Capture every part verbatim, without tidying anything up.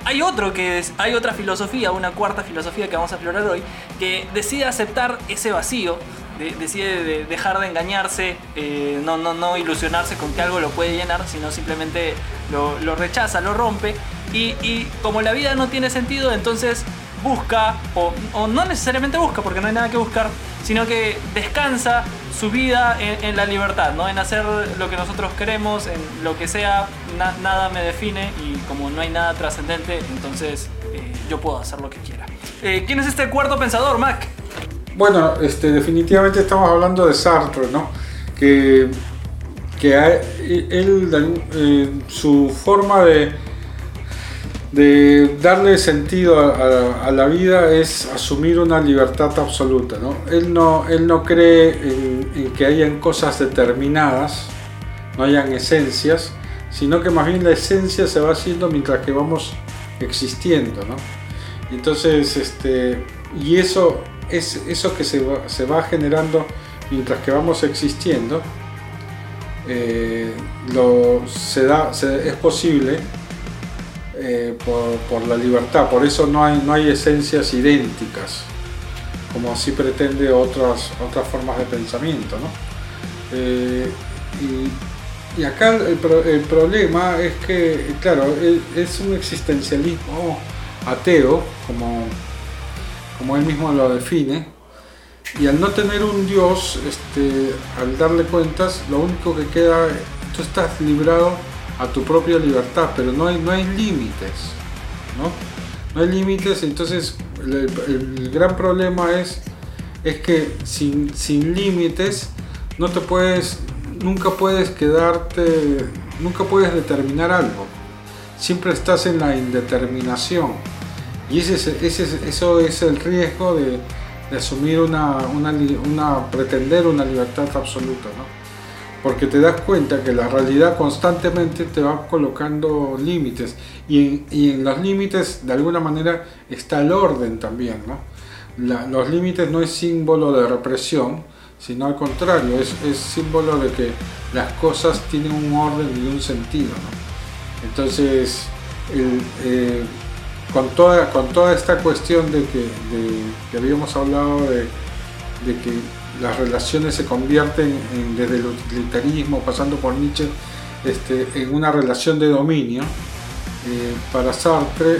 hay otro que es, hay otra filosofía, una cuarta filosofía que vamos a explorar hoy, que decide aceptar ese vacío, de, decide de dejar de engañarse, eh, no, no, no ilusionarse con que algo lo puede llenar, sino simplemente lo, lo rechaza, lo rompe, y, y como la vida no tiene sentido, entonces busca, o, o no necesariamente busca, porque no hay nada que buscar, sino que descansa su vida en, en la libertad, ¿no? En hacer lo que nosotros queremos, en lo que sea, na, nada me define, y como no hay nada trascendente, entonces eh, yo puedo hacer lo que quiera. Eh, ¿Quién es este cuarto pensador, Mac? Bueno, este, definitivamente estamos hablando de Sartre, ¿no? Que, que hay, él, eh, su forma de de darle sentido a, a, a la vida es asumir una libertad absoluta, ¿no? Él no, él no cree en, en que hayan cosas determinadas, no hayan esencias, sino que más bien la esencia se va haciendo mientras que vamos existiendo, ¿no? Entonces, este, y eso, es, eso que se va, se va generando mientras que vamos existiendo, eh, lo, se da, se, es posible Eh, por, por la libertad. Por eso no hay, no hay esencias idénticas, como así pretende otras, otras formas de pensamiento, ¿no? Eh, y, y acá el, pro, el problema es que, claro, es un existencialismo ateo, como, como él mismo lo define, y al no tener un Dios, este, al darle cuentas, lo único que queda, tú estás librado a tu propia libertad, pero no hay, no hay límites, ¿no? No hay límites, entonces el, el, el gran problema es, es que sin, sin límites no te puedes, nunca puedes quedarte, nunca puedes determinar algo, siempre estás en la indeterminación, y ese, ese, eso es el riesgo de, de asumir una, una, una, pretender una libertad absoluta, ¿no? Porque te das cuenta que la realidad constantemente te va colocando límites, y en, y en los límites de alguna manera está el orden también, ¿no? La, los límites no es símbolo de represión, sino al contrario, es, es símbolo de que las cosas tienen un orden y un sentido, ¿no? Entonces, el, eh, con, toda, con toda esta cuestión de que, de, que habíamos hablado de, de que las relaciones se convierten en, desde el utilitarismo, pasando por Nietzsche, este, en una relación de dominio. Eh, para Sartre,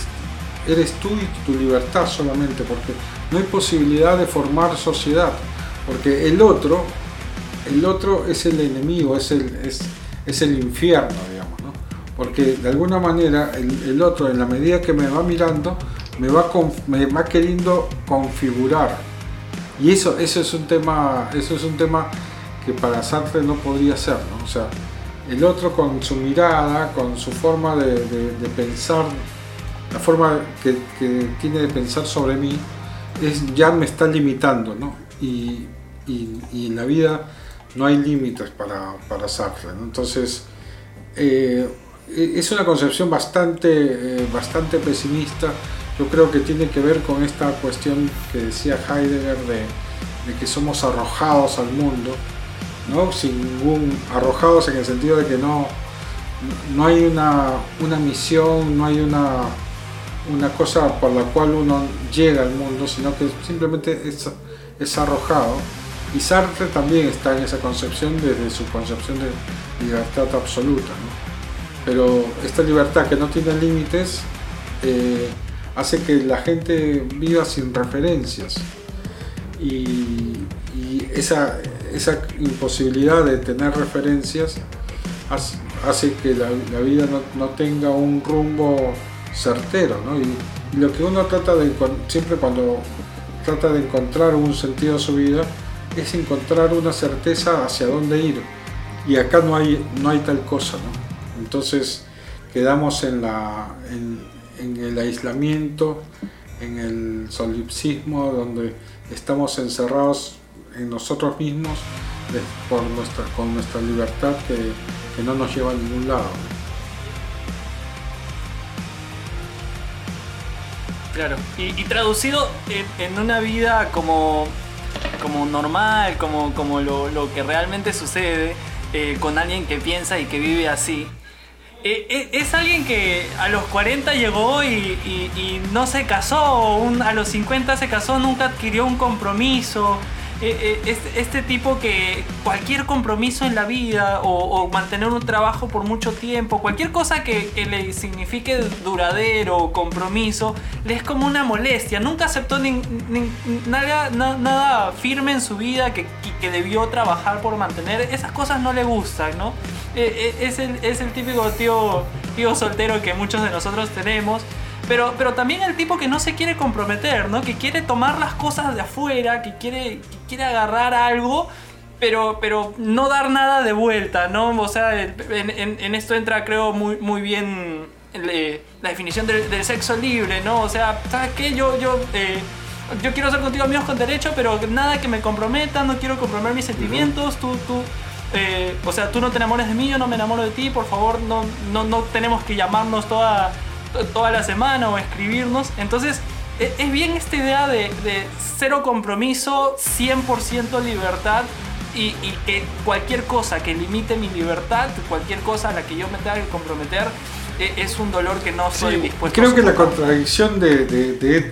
es, eres tú y tu libertad solamente, porque no hay posibilidad de formar sociedad, porque el otro, el otro es el enemigo, es el, es, es el infierno, digamos, ¿no? Porque de alguna manera el, el otro, en la medida que me va mirando, me va, con, me va queriendo configurar. Y eso, eso, es un tema, eso es un tema que para Sartre no podría ser, ¿no? O sea, el otro con su mirada, con su forma de, de, de pensar, la forma que, que tiene de pensar sobre mí, es, ya me está limitando, ¿no? Y, y, y en la vida no hay límites para, para Sartre, ¿no? Entonces, eh, es una concepción bastante, eh, bastante pesimista. Yo creo que tiene que ver con esta cuestión que decía Heidegger de, de que somos arrojados al mundo, ¿no? Sin ningún, arrojados en el sentido de que no, no hay una, una misión, no hay una, una cosa por la cual uno llega al mundo, sino que simplemente es, es arrojado. Y Sartre también está en esa concepción desde su concepción de libertad absoluta, ¿no? Pero esta libertad que no tiene límites eh, hace que la gente viva sin referencias, y, y esa, esa imposibilidad de tener referencias hace, hace que la, la vida no, no tenga un rumbo certero, ¿no? Y, y lo que uno trata de, siempre cuando trata de encontrar un sentido a su vida, es encontrar una certeza hacia dónde ir, y acá no hay, no hay tal cosa, ¿no? Entonces quedamos en, la, en, en el aislamiento, en el solipsismo, donde estamos encerrados en nosotros mismos por nuestra, con nuestra libertad que, que no nos lleva a ningún lado. Claro, y, y traducido en, en una vida como, como normal, como, como lo, lo que realmente sucede, eh, con alguien que piensa y que vive así. eh, es alguien que a los cuarenta llegó y, y, y no se casó, un, a los cincuenta se casó, nunca adquirió un compromiso. Eh, eh, este, este tipo que cualquier compromiso en la vida o, o mantener un trabajo por mucho tiempo, cualquier cosa que, que le signifique duradero o compromiso, le es como una molestia. Nunca aceptó ni, ni, nada, na, nada firme en su vida que, que debió trabajar por mantener. Esas cosas no le gustan, ¿no? Eh, eh, es, el, es el típico tío, tío soltero que muchos de nosotros tenemos. Pero, pero también el tipo que no se quiere comprometer, ¿no? Que quiere tomar las cosas de afuera, que quiere, que quiere agarrar algo, pero, pero no dar nada de vuelta, ¿no? O sea, en, en, en esto entra, creo, muy, muy bien le, la definición del, del sexo libre, ¿no? O sea, ¿sabes qué? Yo, yo, eh, yo quiero ser contigo amigos con derecho, pero nada que me comprometa, no quiero comprometer mis sentimientos, tú, tú... Eh, o sea, tú no te enamores de mí, yo no me enamoro de ti, por favor, no, no, no tenemos que llamarnos toda... toda la semana o escribirnos. Entonces es bien esta idea de, de cero compromiso, cien por ciento libertad y, y que cualquier cosa que limite mi libertad, cualquier cosa a la que yo me tenga que comprometer, es un dolor que no estoy sí, dispuesto creo a que la contradicción de, de, de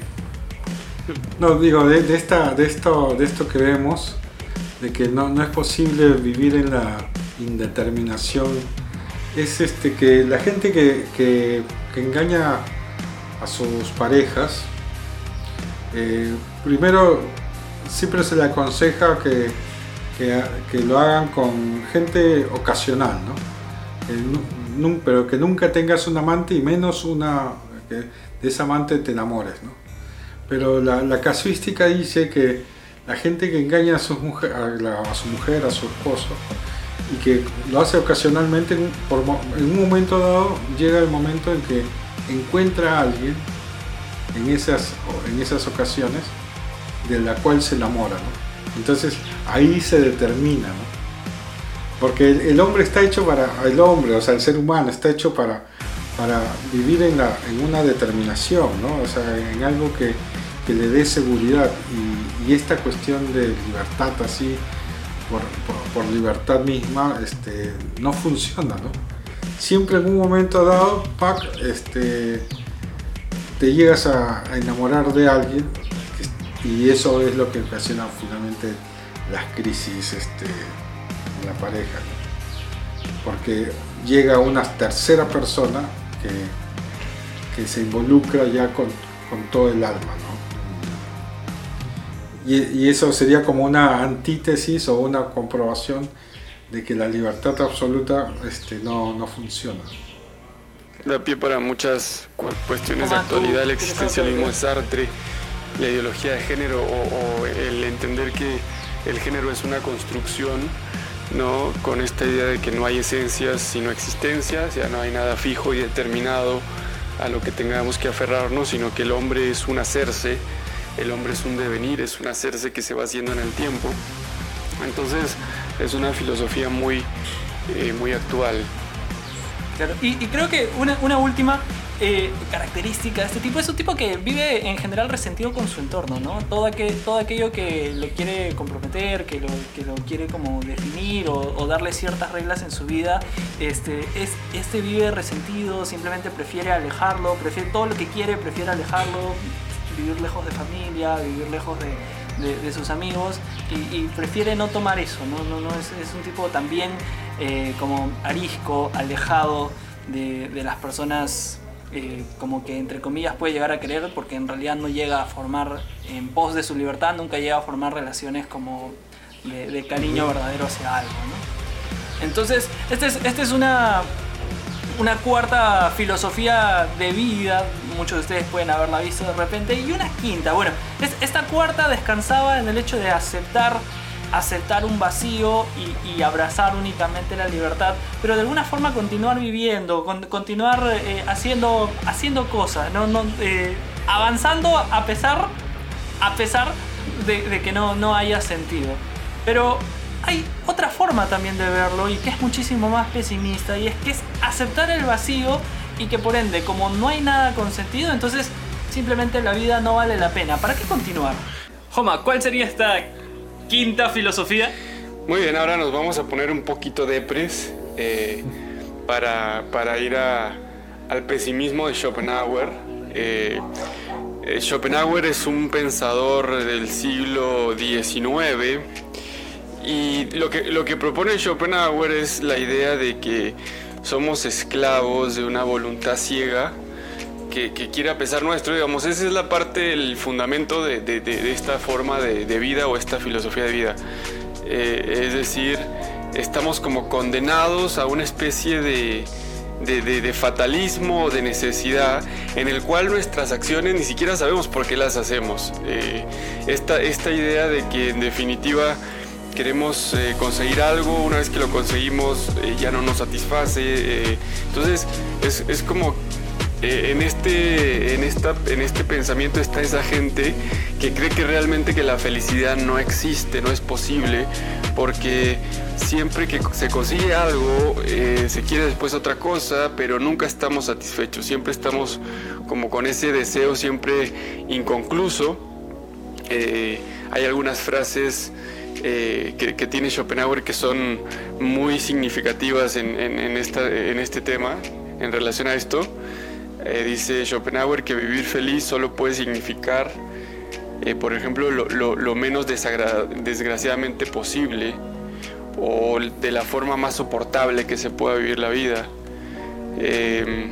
no digo de, de esta de esto de esto que vemos, de que no, no es posible vivir en la indeterminación, es este que la gente que, que, que engaña a sus parejas, eh, primero siempre se le aconseja que, que, que lo hagan con gente ocasional, ¿no? Que, no, pero que nunca tengas un amante y menos una que de ese amante te enamores, ¿no? Pero la, la casuística dice que la gente que engaña a su mujer, a, la, a su mujer, a su esposo, y que lo hace ocasionalmente, en, por, en un momento dado llega el momento en que encuentra a alguien en esas, en esas ocasiones de la cual se enamora, ¿no? Entonces ahí se determina, ¿no? Porque el, el hombre está hecho para, el hombre, o sea, el ser humano está hecho para, para vivir en, la, en una determinación, ¿no? O sea, en algo que, que le dé seguridad, y, y esta cuestión de libertad así, Por, por, por libertad misma, este, no funciona, ¿no? Siempre en un momento dado, pac, este, te llegas a, a enamorar de alguien, y eso es lo que ocasiona finalmente las crisis este, en la pareja, ¿no? Porque llega una tercera persona que, que se involucra ya con, con todo el alma, ¿no? Y eso sería como una antítesis o una comprobación de que la libertad absoluta este, no, no funciona. Da pie para muchas cuestiones de actualidad, el existencialismo de Sartre, la ideología de género o, o el entender que el género es una construcción, ¿no? Con esta idea de que no hay esencias sino existencias, ya no hay nada fijo y determinado a lo que tengamos que aferrarnos, sino que el hombre es un hacerse. El hombre es un devenir, es un hacerse que se va haciendo en el tiempo. Entonces es una filosofía muy, eh, muy actual. Claro. Y, y creo que una, una última eh, característica de este tipo es un tipo que vive en general resentido con su entorno, ¿no? Todo, aquel, todo aquello que lo quiere comprometer, que lo, que lo quiere como definir o, o darle ciertas reglas en su vida, este, es, este vive resentido, simplemente prefiere alejarlo, prefiere todo lo que quiere, prefiere alejarlo, vivir lejos de familia, vivir lejos de, de, de sus amigos, y, y prefiere no tomar eso, ¿no? No, no, es, es un tipo también eh, como arisco, alejado de, de las personas, eh, como que entre comillas puede llegar a querer, porque en realidad no llega a formar, en pos de su libertad, nunca llega a formar relaciones como de, de cariño verdadero hacia algo, ¿no? Entonces, esta es, este es una... una cuarta filosofía de vida, muchos de ustedes pueden haberla visto de repente, y una quinta. Bueno, es, esta cuarta descansaba en el hecho de aceptar, aceptar un vacío y, y abrazar únicamente la libertad, pero de alguna forma continuar viviendo, con, continuar eh, haciendo, haciendo cosas, no, no, eh, avanzando a pesar, a pesar de, de que no, no haya sentido. Pero hay otra forma también de verlo, y que es muchísimo más pesimista, y es que es aceptar el vacío, y que por ende, como no hay nada con sentido, entonces simplemente la vida no vale la pena. ¿Para qué continuar? Joma, ¿cuál sería esta quinta filosofía? Muy bien, ahora nos vamos a poner un poquito depres, eh, para, para ir a, al pesimismo de Schopenhauer. Eh, eh, Schopenhauer es un pensador del siglo diecinueve y lo que, lo que propone Schopenhauer es la idea de que somos esclavos de una voluntad ciega que, que quiere a pesar nuestro, digamos. Esa es la parte, el fundamento de, de, de esta forma de, de vida o esta filosofía de vida. Eh, es decir, estamos como condenados a una especie de, de, de, de fatalismo, de necesidad, en el cual nuestras acciones ni siquiera sabemos por qué las hacemos. Eh, esta, esta idea de que en definitiva queremos eh, conseguir algo, una vez que lo conseguimos eh, ya no nos satisface. Eh, entonces es, es como eh, en, este, en, esta, en este pensamiento está esa gente que cree que realmente que la felicidad no existe, no es posible, porque siempre que se consigue algo eh, se quiere después otra cosa, pero nunca estamos satisfechos, siempre estamos como con ese deseo siempre inconcluso. Eh, hay algunas frases Eh, que, que tiene Schopenhauer que son muy significativas en, en, en, esta, en este tema, en relación a esto. Eh, dice Schopenhauer que vivir feliz solo puede significar, eh, por ejemplo, lo, lo, lo menos desagra- desgraciadamente posible o de la forma más soportable que se pueda vivir la vida. Eh,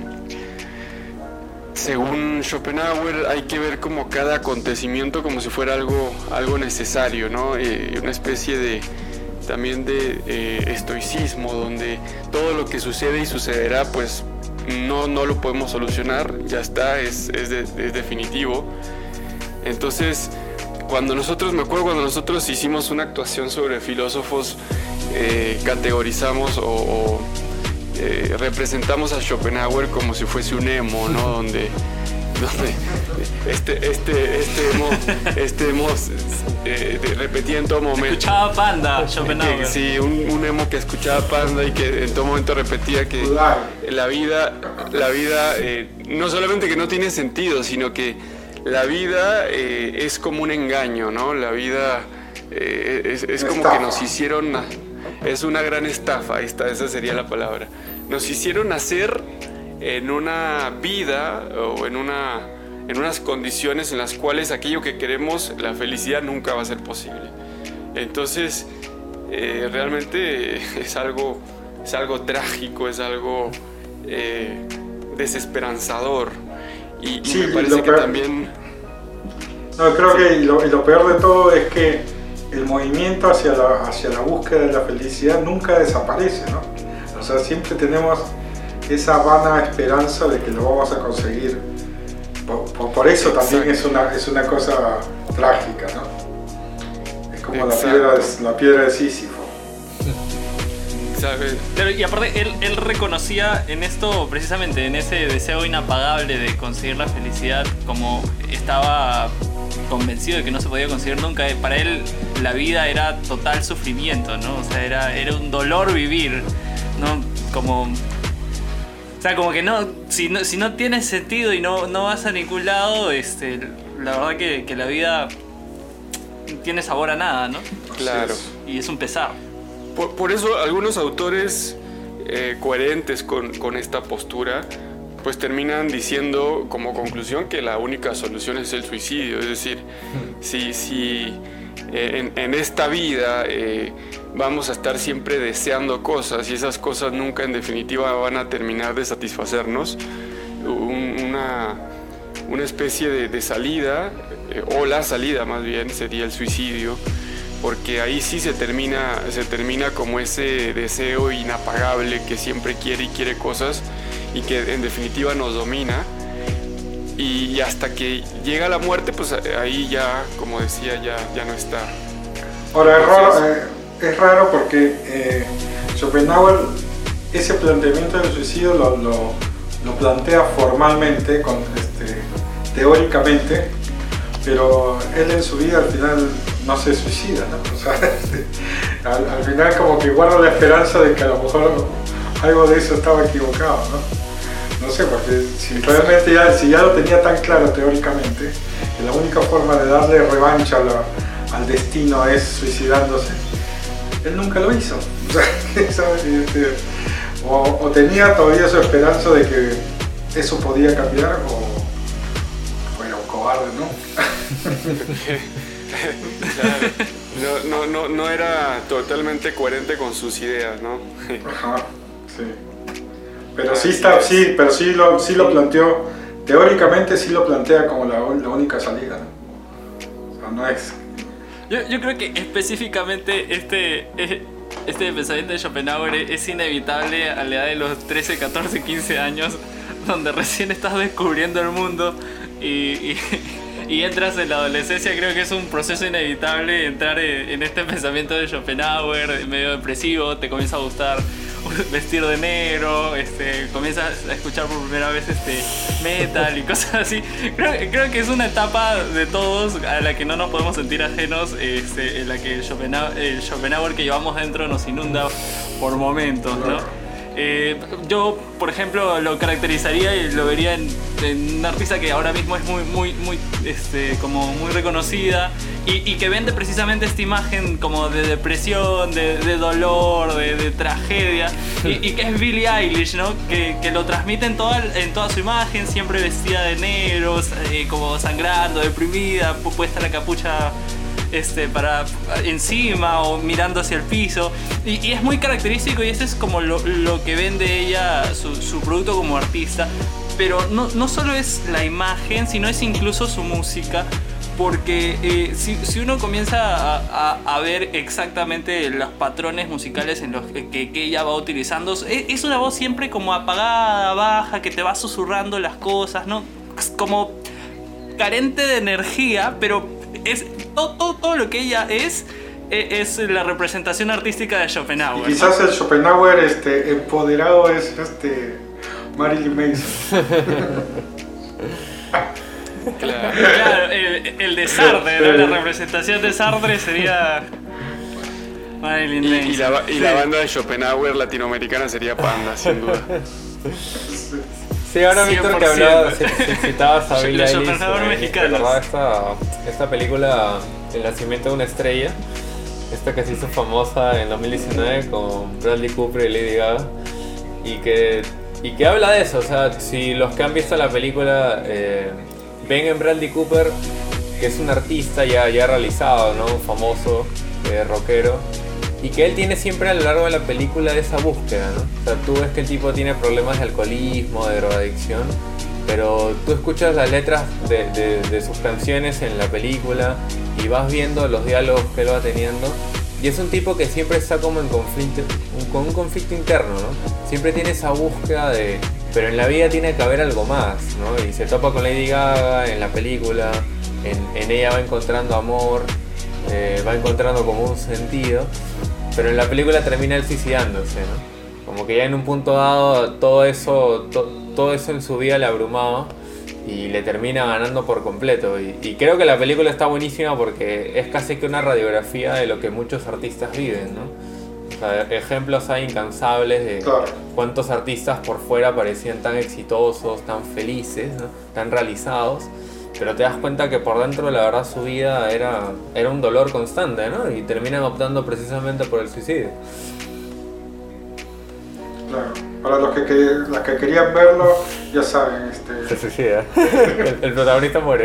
Según Schopenhauer, hay que ver como cada acontecimiento como si fuera algo, algo necesario, ¿no? Eh, una especie de, también de eh, estoicismo, donde todo lo que sucede y sucederá, pues no, no lo podemos solucionar, ya está, es, es, de, es definitivo. Entonces, cuando nosotros, me acuerdo cuando nosotros hicimos una actuación sobre filósofos, eh, categorizamos o... o Eh, representamos a Schopenhauer como si fuese un emo, ¿no? Donde, donde este, este, este emo, este emo eh, repetía en todo momento. Escuchaba Panda, Schopenhauer. Eh, sí, un, un emo que escuchaba Panda y que en todo momento repetía que la vida, la vida eh, no solamente que no tiene sentido, sino que la vida eh, es como un engaño, ¿no? La vida eh, es, es como que nos hicieron... Es una gran estafa, esta, esa sería la palabra. Nos hicieron nacer en una vida o en, una, en unas condiciones en las cuales aquello que queremos, la felicidad, nunca va a ser posible. Entonces, eh, realmente es algo, es algo trágico, es algo eh, desesperanzador. Y, y sí, me parece que peor, también... No, creo sí. que y lo, y lo peor de todo es que el movimiento hacia la, hacia la búsqueda de la felicidad nunca desaparece, ¿no? O sea, siempre tenemos esa vana esperanza de que lo vamos a conseguir. Por, por, por eso también es una, es una cosa trágica, ¿no? Es como la piedra, de, la piedra de Sísifo. Pero, y aparte, él, él reconocía en esto, precisamente, en ese deseo inapagable de conseguir la felicidad, como estaba convencido de que no se podía conseguir nunca. Para él la vida era total sufrimiento, ¿no? O sea, era, era un dolor vivir, ¿no? Como... O sea, como que no, si no, si no tienes sentido y no, no vas a ningún lado, este, la verdad que, que la vida tiene sabor a nada, ¿no? Claro. Y es un pesar. Por, por eso algunos autores eh, coherentes con, con esta postura pues terminan diciendo como conclusión que la única solución es el suicidio. Es decir, si, si eh, en, en esta vida eh, vamos a estar siempre deseando cosas y esas cosas nunca en definitiva van a terminar de satisfacernos, un, una, una especie de, de salida, eh, o la salida más bien, sería el suicidio, porque ahí sí se termina, se termina como ese deseo inapagable que siempre quiere y quiere cosas y que en definitiva nos domina, y, y hasta que llega la muerte, pues ahí ya, como decía, ya, ya no está. Ahora, es raro, eh, es raro porque eh, Schopenhauer ese planteamiento del suicidio lo, lo, lo plantea formalmente, con, este, teóricamente, pero él en su vida al final no se suicida, ¿no? O sea, al, al final como que guarda la esperanza de que a lo mejor algo de eso estaba equivocado, ¿no? No sé, porque si realmente ya, si ya lo tenía tan claro teóricamente, que la única forma de darle revancha a la, al destino es suicidándose, él nunca lo hizo. O sea, ¿sabes? o, o tenía todavía su esperanza de que eso podía cambiar, o bueno, un cobarde, ¿no? Claro. No, no, no, no era totalmente coherente con sus ideas, ¿no? Ajá, sí. Pero sí está, sí, pero sí lo, sí lo planteó, teóricamente sí lo plantea como la, la única salida, ¿no? O sea, no es. Yo, yo creo que específicamente este, este pensamiento de Schopenhauer es inevitable a la edad de los trece, catorce, quince años, donde recién estás descubriendo el mundo y, y, y entras en la adolescencia. Creo que es un proceso inevitable entrar en, en este pensamiento de Schopenhauer, medio depresivo, te comienza a gustar vestir de negro, este, comienzas a escuchar por primera vez este metal y cosas así. Creo, creo que es una etapa de todos a la que no nos podemos sentir ajenos, este, en la que el Schopenhauer, el Schopenhauer que llevamos dentro nos inunda por momentos, ¿no? Eh, yo, por ejemplo, lo caracterizaría y lo vería en, en una artista que ahora mismo es muy, muy, muy, este, como muy reconocida y, y que vende precisamente esta imagen como de depresión, de, de dolor, de, de tragedia, y, y que es Billie Eilish, ¿no? Que, que lo transmite en toda, en toda su imagen, siempre vestida de negro, eh, como sangrando, deprimida, puesta la capucha Este, para encima o mirando hacia el piso, y, y es muy característico, y ese es como lo, lo que vende ella, su, su producto como artista. Pero no, no solo es la imagen, sino es incluso su música, porque eh, si, si uno comienza a, a, a ver exactamente los patrones musicales en los que, que ella va utilizando, es, es una voz siempre como apagada, baja, que te va susurrando las cosas, ¿no? Como carente de energía, pero es todo, todo, todo lo que ella es, es la representación artística de Schopenhauer. Y quizás, ¿no? El Schopenhauer este, empoderado es este Marilyn Manson. Claro, claro, el, el de Sartre, ¿no? La representación de Sartre sería Marilyn Manson. Y, y, la, y la banda de Schopenhauer latinoamericana sería Panda, sin duda. Sí, ahora Víctor que hablaba, citabas a Billie Eilish, me recordaba esta, esta película El nacimiento de una estrella, esta que se hizo famosa en dos mil diecinueve con Bradley Cooper y Lady Gaga, y que, y que habla de eso. O sea, si los que han visto la película eh, ven en Bradley Cooper que es un artista ya, ya realizado, ¿no? Un famoso eh, rockero, y que él tiene siempre a lo largo de la película esa búsqueda, ¿no? O sea, tú ves que el tipo tiene problemas de alcoholismo, de drogadicción, pero tú escuchas las letras de, de, de sus canciones en la película y vas viendo los diálogos que él va teniendo, y es un tipo que siempre está como en conflicto, con un conflicto interno, ¿no? Siempre tiene esa búsqueda de, pero en la vida tiene que haber algo más, ¿no? Y se topa con Lady Gaga en la película, en, en ella va encontrando amor, eh, va encontrando como un sentido. Pero en la película termina él suicidándose, ¿no? Como que ya en un punto dado todo eso, to, todo eso en su vida le abrumaba y le termina ganando por completo. Y, y creo que la película está buenísima porque es casi que una radiografía de lo que muchos artistas viven, ¿no? O sea, ejemplos hay incansables de cuántos artistas por fuera parecían tan exitosos, tan felices, ¿no? Tan realizados. Pero te das cuenta que por dentro la verdad su vida era, era un dolor constante, ¿no? Y terminan optando precisamente por el suicidio. Claro, para los que, que, los que querían verlo, ya saben, este... Se suicida. El, el protagonista muere.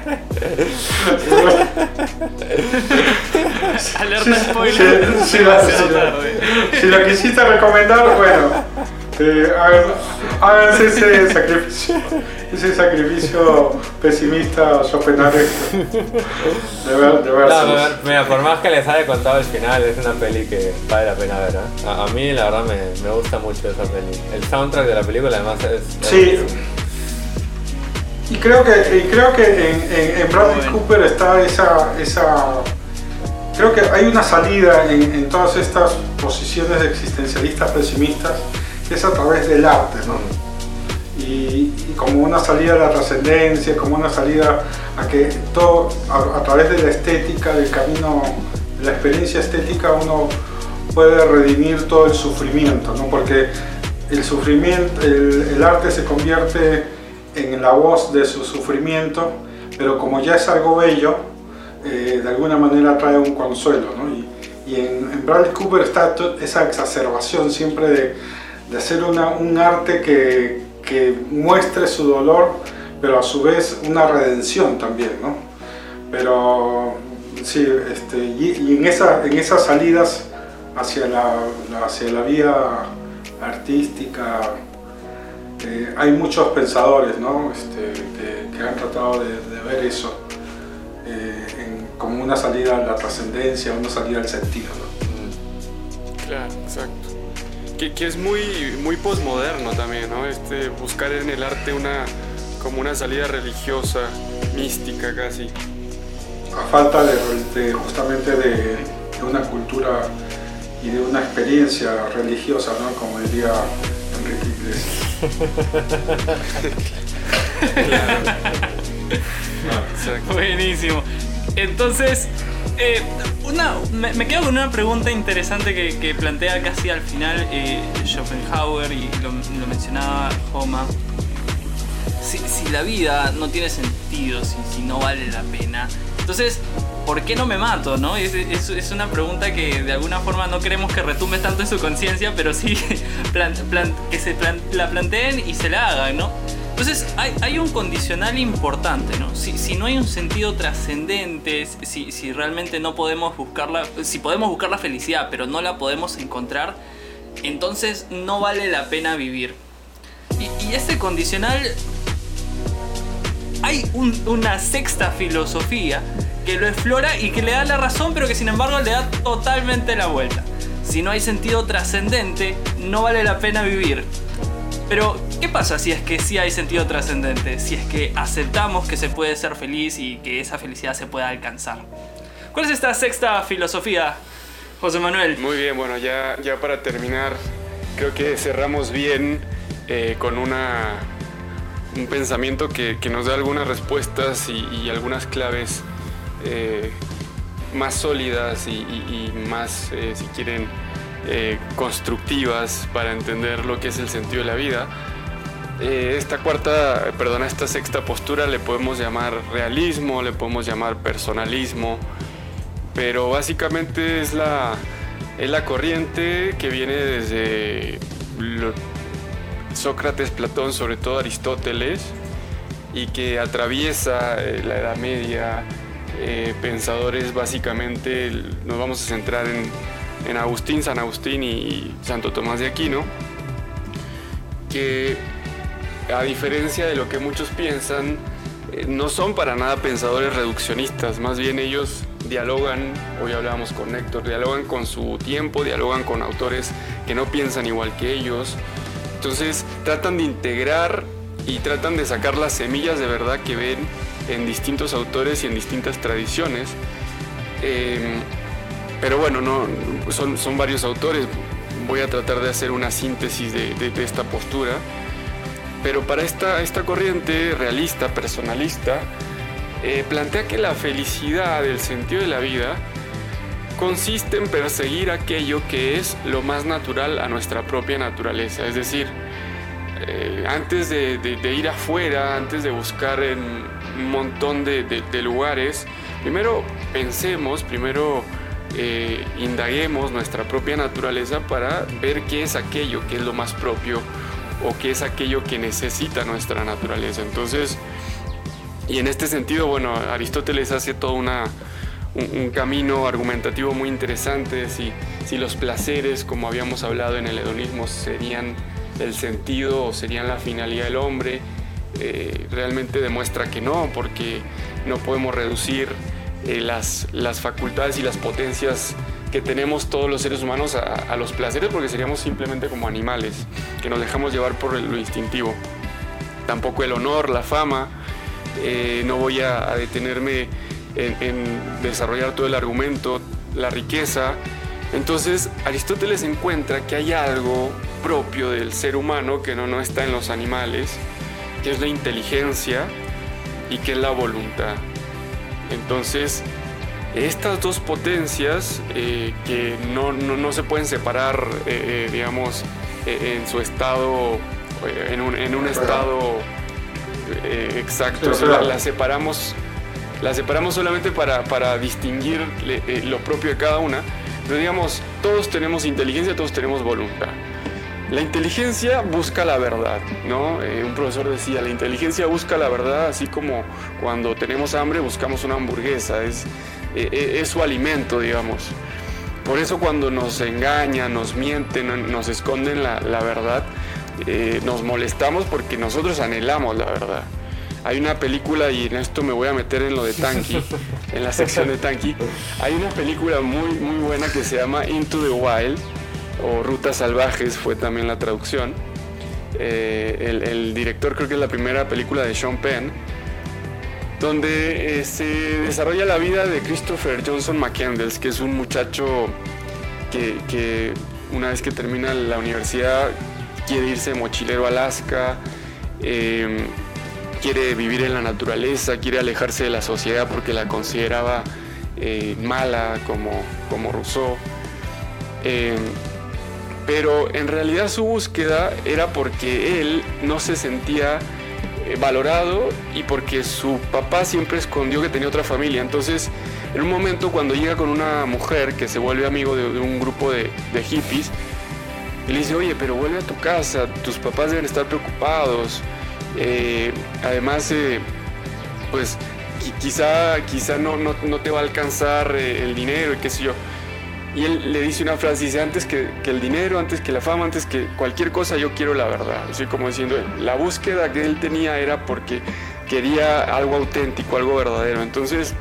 Alerta spoiler. Si, si, si, la, si, la, si lo quisiste recomendar, bueno... Eh, háganse ese sacrificio, ese sacrificio pesimista Schopenhauer de ver, de ver no, mira, por más que les haya contado el final, es una peli que vale la pena ver, ¿eh? a, a mí la verdad me, me gusta mucho esa peli. El soundtrack de la película además es... Sí. Es... Y creo que, y creo que en, en, en Bradley bueno. Cooper está esa, esa... Creo que hay una salida en, en todas estas posiciones existencialistas pesimistas, es a través del arte, ¿no? Y, y como una salida a la trascendencia, como una salida a que todo, a, a través de la estética, del camino, de la experiencia estética, uno puede redimir todo el sufrimiento, ¿no? Porque el sufrimiento, el, el arte se convierte en la voz de su sufrimiento, pero como ya es algo bello, eh, de alguna manera trae un consuelo, ¿no? Y, y en, en Bradley Cooper está esa exacerbación siempre de de hacer una, un arte que, que muestre su dolor, pero a su vez una redención también, ¿no? Pero sí, este, y, y en, esa, en esas salidas hacia la, hacia la vía artística eh, hay muchos pensadores, ¿no? Este, que, que han tratado de, de ver eso eh, en, como una salida a la trascendencia, una salida al sentido, ¿no? Claro, exacto. Que, que es muy, muy posmoderno también, ¿no? Este, buscar en el arte una, como una salida religiosa, mística casi. A falta de, de justamente de, de una cultura y de una experiencia religiosa, ¿no? Como diría Enrique Iglesias. Claro. Exacto. Buenísimo. Entonces, eh, una, me, me quedo con una pregunta interesante que, que plantea casi al final eh, Schopenhauer, y lo, lo mencionaba Joma. Si, si la vida no tiene sentido, si, si no vale la pena, entonces, ¿por qué no me mato? ¿No? Es, es, es una pregunta que de alguna forma no queremos que retumbe tanto en su conciencia, pero sí plan, plan, que se plan, la planteen y se la hagan, ¿no? Entonces hay, hay un condicional importante, ¿no? Si, si no hay un sentido trascendente, si, si realmente no podemos buscarla, si podemos buscar la felicidad pero no la podemos encontrar, entonces no vale la pena vivir. Y, y este condicional, hay un, una sexta filosofía que lo explora y que le da la razón, pero que sin embargo le da totalmente la vuelta. Si no hay sentido trascendente, no vale la pena vivir. Pero, ¿qué pasa si es que sí hay sentido trascendente? Si es que aceptamos que se puede ser feliz y que esa felicidad se pueda alcanzar. ¿Cuál es esta sexta filosofía, José Manuel? Muy bien, bueno, ya, ya para terminar, creo que cerramos bien eh, con una, un pensamiento que, que nos da algunas respuestas y, y algunas claves eh, más sólidas y, y, y más, eh, si quieren, Eh, constructivas para entender lo que es el sentido de la vida. Eh, esta cuarta, perdón, esta sexta postura le podemos llamar realismo, le podemos llamar personalismo, pero básicamente es la, es la corriente que viene desde lo, Sócrates, Platón, sobre todo Aristóteles, y que atraviesa eh, la Edad Media, eh, pensadores básicamente, nos vamos a centrar en en Agustín, San Agustín y Santo Tomás de Aquino, que a diferencia de lo que muchos piensan, eh, no son para nada pensadores reduccionistas, más bien ellos dialogan, hoy hablábamos con Héctor, dialogan con su tiempo, dialogan con autores que no piensan igual que ellos, entonces tratan de integrar y tratan de sacar las semillas de verdad que ven en distintos autores y en distintas tradiciones. Eh, Pero bueno, no, son, son varios autores, voy a tratar de hacer una síntesis de, de, de esta postura, pero para esta, esta corriente realista, personalista, eh, plantea que la felicidad, el sentido de la vida, consiste en perseguir aquello que es lo más natural a nuestra propia naturaleza, es decir, eh, antes de, de, de ir afuera, antes de buscar en un montón de, de, de lugares, primero pensemos, primero Eh, indaguemos nuestra propia naturaleza para ver qué es aquello que es lo más propio o qué es aquello que necesita nuestra naturaleza. Entonces, y en este sentido, bueno, Aristóteles hace todo una, un, un camino argumentativo muy interesante. Si, si los placeres, como habíamos hablado en el hedonismo, serían el sentido o serían la finalidad del hombre, eh, realmente demuestra que no, porque no podemos reducir Eh, las, las facultades y las potencias que tenemos todos los seres humanos a, a los placeres, porque seríamos simplemente como animales que nos dejamos llevar por lo instintivo. Tampoco el honor, la fama, eh, no voy a, a detenerme en, en desarrollar todo el argumento, la riqueza. Entonces Aristóteles encuentra que hay algo propio del ser humano que no, no está en los animales, que es la inteligencia y que es la voluntad. Entonces, estas dos potencias eh, que no, no, no se pueden separar, eh, eh, digamos, eh, en su estado, eh, en un, en un estado eh, exacto, o sea, la, la, separamos, la separamos solamente para, para distinguir eh, lo propio de cada una. Pero digamos, todos tenemos inteligencia, todos tenemos voluntad. La inteligencia busca la verdad, ¿no? Eh, un profesor decía, la inteligencia busca la verdad, así como cuando tenemos hambre buscamos una hamburguesa, es, eh, es su alimento, digamos. Por eso cuando nos engañan, nos mienten, nos esconden la, la verdad, eh, nos molestamos porque nosotros anhelamos la verdad. Hay una película, y en esto me voy a meter en lo de Tanky, en la sección de Tanky, hay una película muy, muy buena que se llama Into the Wild, o Rutas Salvajes fue también la traducción. Eh, el, el director, creo que es la primera película de Sean Penn, donde eh, se desarrolla la vida de Christopher Johnson McCandless, que es un muchacho que, que una vez que termina la universidad quiere irse mochilero a Alaska, eh, quiere vivir en la naturaleza, quiere alejarse de la sociedad porque la consideraba eh, mala, como, como Rousseau. Eh, pero en realidad su búsqueda era porque él no se sentía eh, valorado y porque su papá siempre escondió que tenía otra familia. Entonces, en un momento cuando llega con una mujer que se vuelve amigo de, de un grupo de, de hippies, y le dice, oye, pero vuelve a tu casa, tus papás deben estar preocupados. Eh, además, eh, pues quizá, quizá no, no, no te va a alcanzar eh, el dinero y qué sé yo. Y él le dice una frase, dice, antes que, que el dinero, antes que la fama, antes que cualquier cosa, yo quiero la verdad. Así como diciendo, la búsqueda que él tenía era porque quería algo auténtico, algo verdadero. Entonces,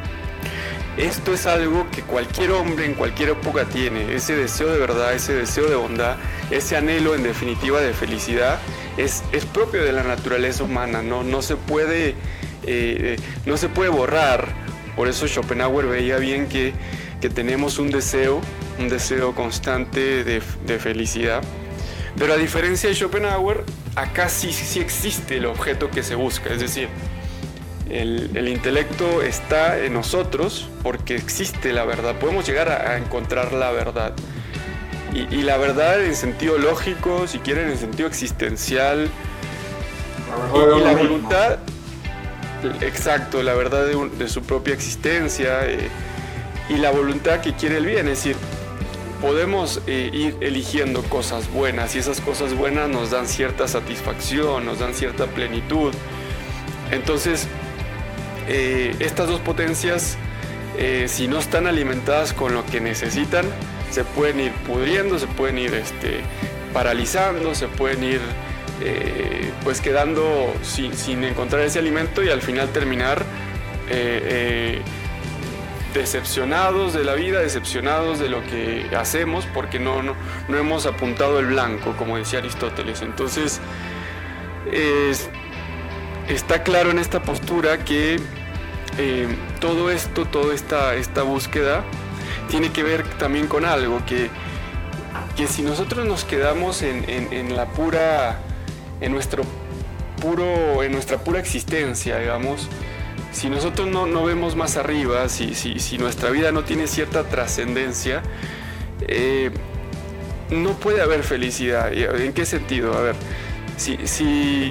esto es algo que cualquier hombre en cualquier época tiene, ese deseo de verdad, ese deseo de bondad, ese anhelo en definitiva de felicidad, es, es propio de la naturaleza humana, no, no, se puede, eh, no se puede borrar. Por eso Schopenhauer veía bien que, que tenemos un deseo, un deseo constante de, de felicidad. Pero a diferencia de Schopenhauer, acá sí, sí existe el objeto que se busca, es decir, el, el intelecto está en nosotros porque existe la verdad, podemos llegar a, a encontrar la verdad. Y, y la verdad en sentido lógico, si quieren en sentido existencial, y, y la voluntad, exacto, la verdad de, un, de su propia existencia, eh, y la voluntad que quiere el bien, es decir, podemos eh, ir eligiendo cosas buenas y esas cosas buenas nos dan cierta satisfacción, nos dan cierta plenitud. Entonces, eh, estas dos potencias, eh, si no están alimentadas con lo que necesitan, se pueden ir pudriendo, se pueden ir este, paralizando, se pueden ir eh, pues quedando sin, sin encontrar ese alimento y al final terminar eh, eh, decepcionados de la vida, decepcionados de lo que hacemos porque no, no, no hemos apuntado el blanco, como decía Aristóteles. Entonces, eh, está claro en esta postura que eh, todo esto, toda esta, esta búsqueda tiene que ver también con algo, que, que si nosotros nos quedamos en, en, en la pura, en nuestro puro, en nuestra pura existencia, digamos, si nosotros no, no vemos más arriba, si, si, si nuestra vida no tiene cierta trascendencia, eh, no puede haber felicidad. ¿En qué sentido? A ver, si, si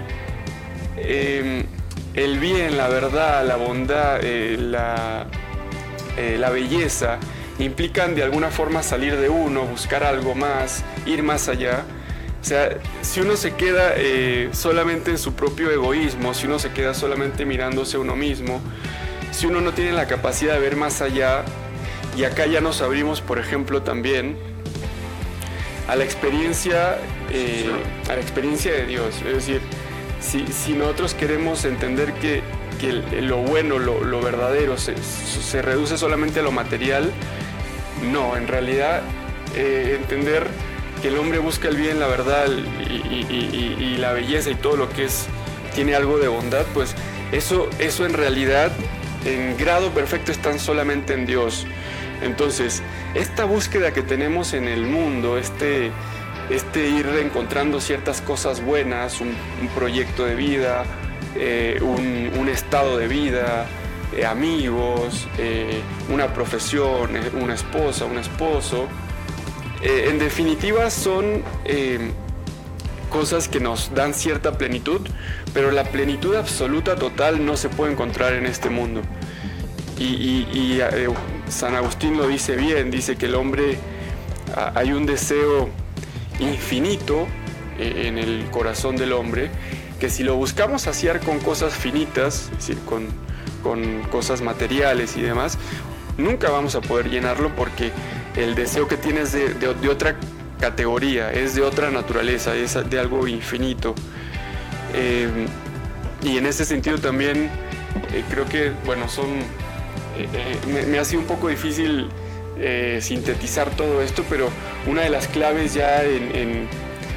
eh, el bien, la verdad, la bondad, eh, la, eh, la belleza implican de alguna forma salir de uno, buscar algo más, ir más allá. O sea, si uno se queda eh, solamente en su propio egoísmo, si uno se queda solamente mirándose a uno mismo, si uno no tiene la capacidad de ver más allá, y acá ya nos abrimos, por ejemplo, también a la experiencia, eh, a la experiencia de Dios. Es decir, si, si nosotros queremos entender que, que lo bueno, lo, lo verdadero se, se reduce solamente a lo material, no, en realidad eh, entender que el hombre busca el bien, la verdad y, y, y, y la belleza y todo lo que es, tiene algo de bondad, pues eso, eso en realidad en grado perfecto están solamente en Dios. Entonces, esta búsqueda que tenemos en el mundo, este, este ir encontrando ciertas cosas buenas, un, un proyecto de vida, eh, un, un estado de vida, eh, amigos, eh, una profesión, eh, una esposa, un esposo, eh, en definitiva son eh, cosas que nos dan cierta plenitud, pero la plenitud absoluta, total, no se puede encontrar en este mundo. Y, y, y eh, San Agustín lo dice bien, dice que el hombre, hay un deseo infinito eh, en el corazón del hombre, que si lo buscamos saciar con cosas finitas, es decir, con, con cosas materiales y demás, nunca vamos a poder llenarlo, porque el deseo que tienes de, de, de otra categoría, es de otra naturaleza, es de algo infinito. Eh, y en ese sentido también eh, creo que, bueno, son eh, eh, me, me ha sido un poco difícil eh, sintetizar todo esto, pero una de las claves ya en, en,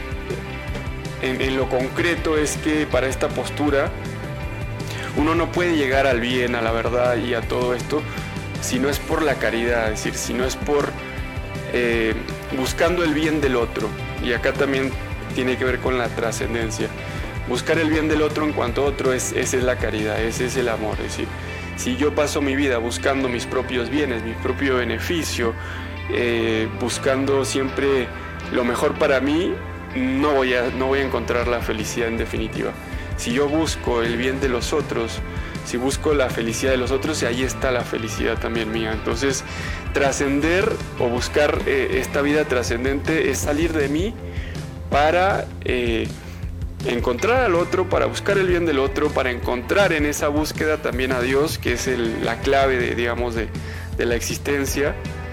en, en lo concreto es que para esta postura uno no puede llegar al bien, a la verdad y a todo esto si no es por la caridad, es decir, si no es por eh, buscando el bien del otro. Y acá también tiene que ver con la trascendencia. Buscar el bien del otro en cuanto a otro, es, esa es la caridad, ese es el amor. Es decir, si yo paso mi vida buscando mis propios bienes, mi propio beneficio, eh, buscando siempre lo mejor para mí, no voy a, no voy a encontrar la felicidad en definitiva. Si yo busco el bien de los otros, si busco la felicidad de los otros, ahí está la felicidad también mía. Entonces, trascender o buscar eh, esta vida trascendente es salir de mí para eh, encontrar al otro, para buscar el bien del otro, para encontrar en esa búsqueda también a Dios, que es el, la clave de, digamos, de, de la existencia.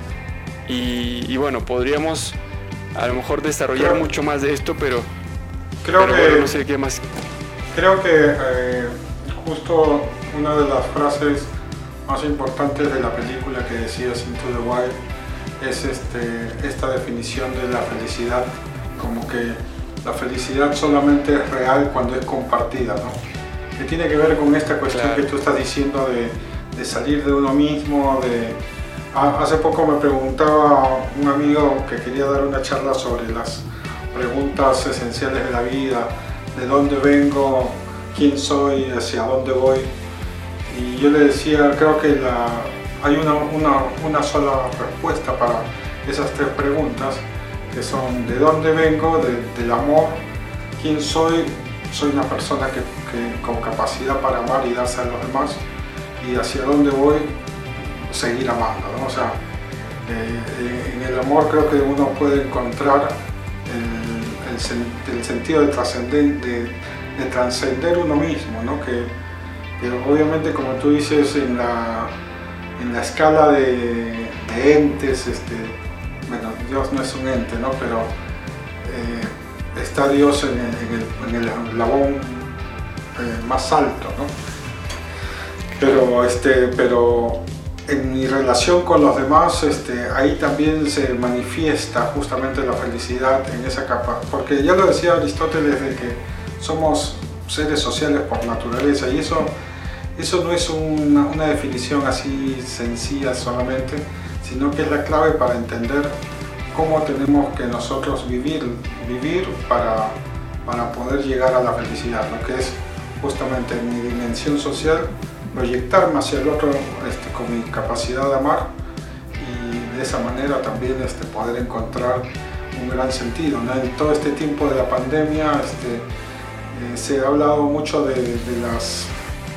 Y, y bueno, podríamos a lo mejor desarrollar creo, mucho más de esto, pero, creo pero que, bueno, no sé qué más. Creo que eh, justo una de las frases más importantes de la película que decías, Into the Wild, es este, esta definición de la felicidad, como que la felicidad solamente es real cuando es compartida, ¿no? Que tiene que ver con esta cuestión, claro, que tú estás diciendo de, de salir de uno mismo. De... Ah, hace poco me preguntaba un amigo que quería dar una charla sobre las preguntas esenciales de la vida, de dónde vengo, quién soy, hacia dónde voy. Y yo le decía, creo que la, hay una, una, una sola respuesta para esas tres preguntas, que son de dónde vengo, de, del amor, quién soy, soy una persona que, que, con capacidad para amar y darse a los demás, y hacia dónde voy, seguir amando, ¿no? O sea, eh, en el amor creo que uno puede encontrar el, el, sen, el sentido de trascender, de, de trascender uno mismo, ¿no? Que, que obviamente, como tú dices, en la, en la escala de, de entes, este, bueno, Dios no es un ente, ¿no? Pero eh, está Dios en el, en el, en el eslabón eh, más alto, ¿no? Pero, este, pero en mi relación con los demás, este, ahí también se manifiesta justamente la felicidad en esa capa, porque ya lo decía Aristóteles, de que somos seres sociales por naturaleza, y eso, eso no es una, una definición así sencilla solamente, sino que es la clave para entender cómo tenemos que nosotros vivir, vivir para, para poder llegar a la felicidad, ¿no? Que es justamente en mi dimensión social, proyectarme hacia el otro este, con mi capacidad de amar, y de esa manera también este, poder encontrar un gran sentido, ¿no? En todo este tiempo de la pandemia este, eh, se ha hablado mucho de, de, las,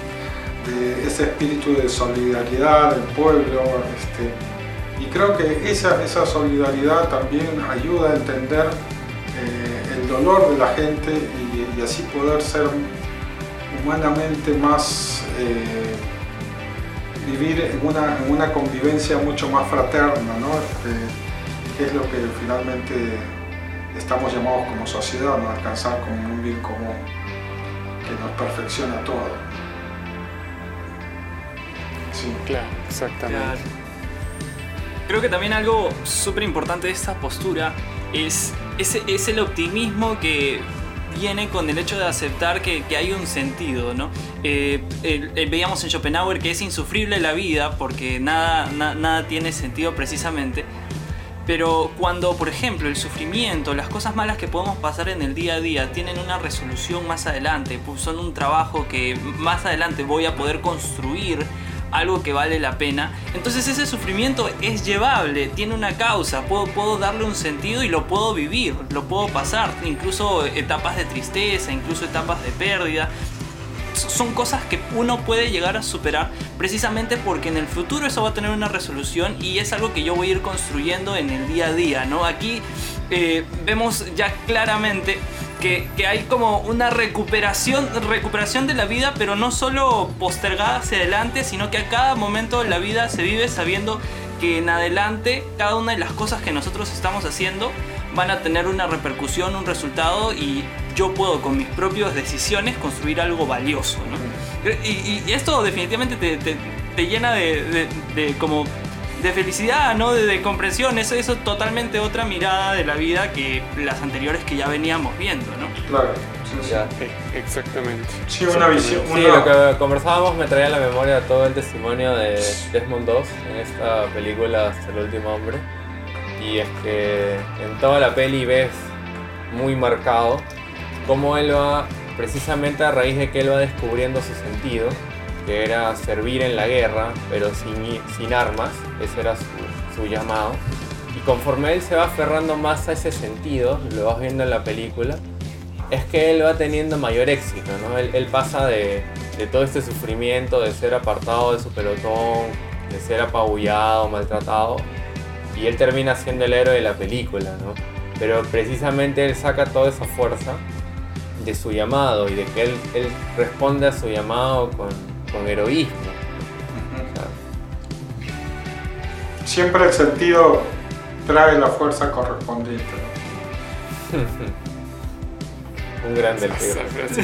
de ese espíritu de solidaridad del pueblo, este, y creo que esa, esa solidaridad también ayuda a entender eh, el dolor de la gente, y, y así poder ser humanamente más, eh, vivir en una, en una convivencia mucho más fraterna, ¿no? Este, que es lo que finalmente estamos llamados como sociedad, ¿no? A alcanzar como un bien común que nos perfecciona todo. Sí, claro, exactamente. Claro. Creo que también algo súper importante de esta postura es, es, es el optimismo que viene con el hecho de aceptar que, que hay un sentido, ¿no? Eh, el, el, veíamos en Schopenhauer que es insufrible la vida porque nada, na, nada tiene sentido precisamente. Pero cuando, por ejemplo, el sufrimiento, las cosas malas que podemos pasar en el día a día tienen una resolución más adelante, pues son un trabajo que más adelante voy a poder construir algo que vale la pena, entonces ese sufrimiento es llevable, tiene una causa, puedo, puedo darle un sentido y lo puedo vivir, lo puedo pasar, incluso etapas de tristeza, incluso etapas de pérdida. Son cosas que uno puede llegar a superar precisamente porque en el futuro eso va a tener una resolución, y es algo que yo voy a ir construyendo en el día a día, ¿no? Aquí eh, vemos ya claramente que, que hay como una recuperación, recuperación de la vida, pero no solo postergada hacia adelante, sino que a cada momento de la vida se vive sabiendo que en adelante cada una de las cosas que nosotros estamos haciendo van a tener una repercusión, un resultado, y yo puedo con mis propias decisiones construir algo valioso, ¿no? Y, y esto definitivamente te, te, te llena de, de, de como de felicidad, ¿no? De, de comprensión. Eso es totalmente otra mirada de la vida que las anteriores que ya veníamos viendo, ¿no? Claro. Sí, sí. Ya. Exactamente. Sí, una visión. Sí, una... lo que conversábamos me traía a la memoria todo el testimonio de Desmond Doss en esta película Hasta el último hombre. Y es que en toda la peli ves muy marcado cómo él va, precisamente a raíz de que él va descubriendo su sentido, que era servir en la guerra, pero sin, sin armas, ese era su, su llamado. Y conforme él se va aferrando más a ese sentido, lo vas viendo en la película, es que él va teniendo mayor éxito, ¿no? Él, él pasa de, de todo este sufrimiento, de ser apartado de su pelotón, de ser apabullado, maltratado, y él termina siendo el héroe de la película, ¿no? Pero precisamente él saca toda esa fuerza de su llamado y de que él, él responde a su llamado con, con heroísmo. O sea, siempre el sentido trae la fuerza correspondiente, ¿no? Un grande el Pedro.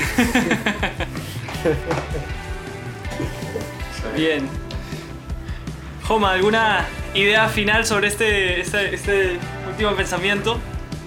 Bien. Joma, ¿alguna idea final sobre este, este, este último pensamiento?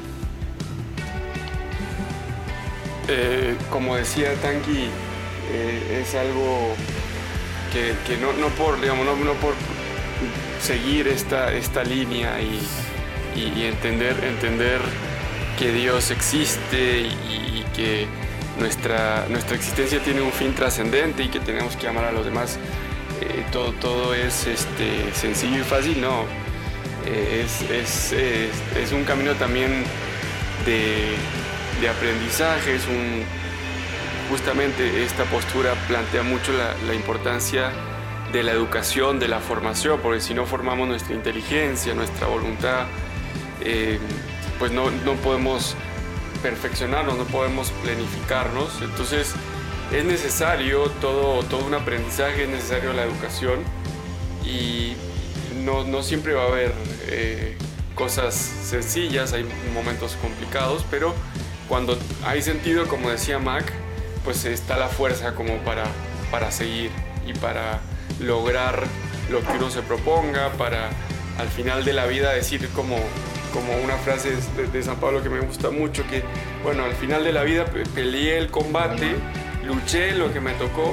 Eh, como decía Tanqui, eh, es algo que, que no, no por, digamos, no, no por seguir esta, esta línea y, y, y entender, entender que Dios existe y, y que nuestra, nuestra existencia tiene un fin trascendente y que tenemos que amar a los demás. Eh, todo, todo es este, sencillo y fácil, no. Eh, es, es, es, es un camino también de, de aprendizaje, es un, justamente esta postura plantea mucho la, la importancia de la educación, de la formación, porque si no formamos nuestra inteligencia, nuestra voluntad, eh, pues no, no podemos perfeccionarnos, no podemos planificarnos. Entonces es necesario todo, todo un aprendizaje, es necesario la educación y no, no siempre va a haber eh, cosas sencillas, hay momentos complicados, pero cuando hay sentido, como decía Mac, pues está la fuerza como para, para seguir y para lograr lo que uno se proponga, para al final de la vida decir como, como una frase de, de San Pablo que me gusta mucho, que bueno, al final de la vida peleé el combate, luché lo que me tocó,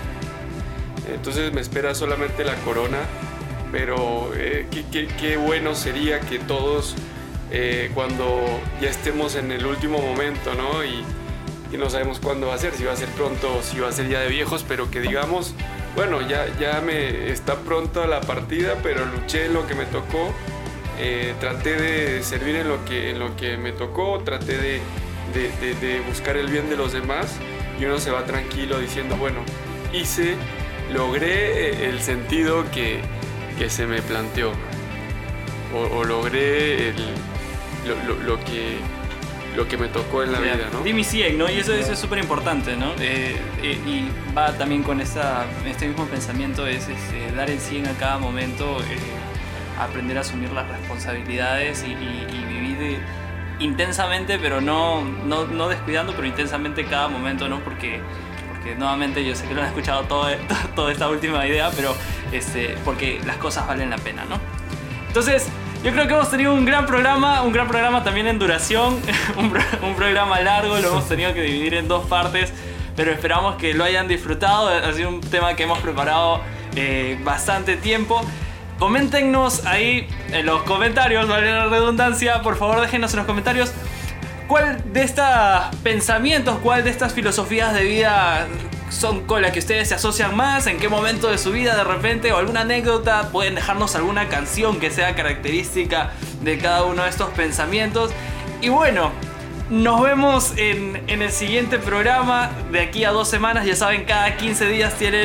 entonces me espera solamente la corona, pero eh, qué, qué, qué bueno sería que todos eh, cuando ya estemos en el último momento, ¿no? Y, y no sabemos cuándo va a ser, si va a ser pronto o si va a ser ya de viejos, pero que digamos, bueno, ya, ya me está pronto la partida, pero luché en lo que me tocó, eh, traté de servir en lo que, en lo que me tocó, traté de, de, de, de buscar el bien de los demás. Y uno se va tranquilo diciendo, bueno, hice, logré el sentido que, que se me planteó. O, o logré el, lo, lo, lo, que, lo que me tocó en la vida, ¿no? Di mi cien, ¿no? Y eso, eso es súper importante, ¿no? Eh, eh, y va también con esta, este mismo pensamiento, es, es eh, dar el cien a cada momento, eh, aprender a asumir las responsabilidades y, y, y vivir de, intensamente, pero no, no, no descuidando, pero intensamente cada momento, ¿no? Porque, porque nuevamente yo sé que lo han escuchado todo, toda esta última idea, pero este, porque las cosas valen la pena, ¿no? Entonces, yo creo que hemos tenido un gran programa, un gran programa también en duración, un, pro, un programa largo, lo hemos tenido que dividir en dos partes, pero esperamos que lo hayan disfrutado. Ha sido un tema que hemos preparado eh, bastante tiempo. Coméntenos ahí en los comentarios, vale la redundancia, por favor déjenos en los comentarios cuál de estos pensamientos, cuál de estas filosofías de vida son con las que ustedes se asocian más, en qué momento de su vida de repente, o alguna anécdota, pueden dejarnos alguna canción que sea característica de cada uno de estos pensamientos. Y bueno, nos vemos en, en el siguiente programa de aquí a dos semanas, ya saben, cada quince días tienen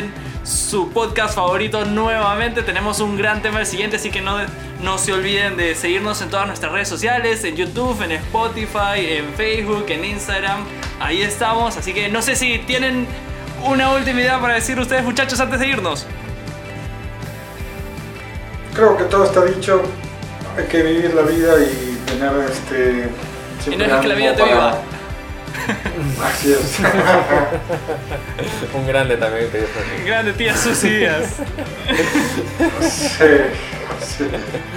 su podcast favorito nuevamente. Tenemos un gran tema el siguiente, así que no, no se olviden de seguirnos en todas nuestras redes sociales, en YouTube, en Spotify, en Facebook, en Instagram. Ahí estamos, así que no sé si tienen una última idea para decir ustedes, muchachos, antes de irnos. Creo que todo está dicho. Hay que vivir la vida y tener este... Y no es que la vida te viva. Así es. Un grande también te dijo. Grande tía Susi Díaz. Sí, sí.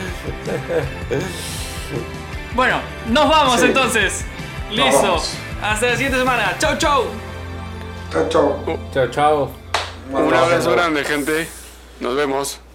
Bueno, nos vamos Sí. entonces. Nos Listo. vamos. Hasta la siguiente semana. Chau, chau. Chao, chao. Chao, chao. Un abrazo grande, gente. Nos vemos.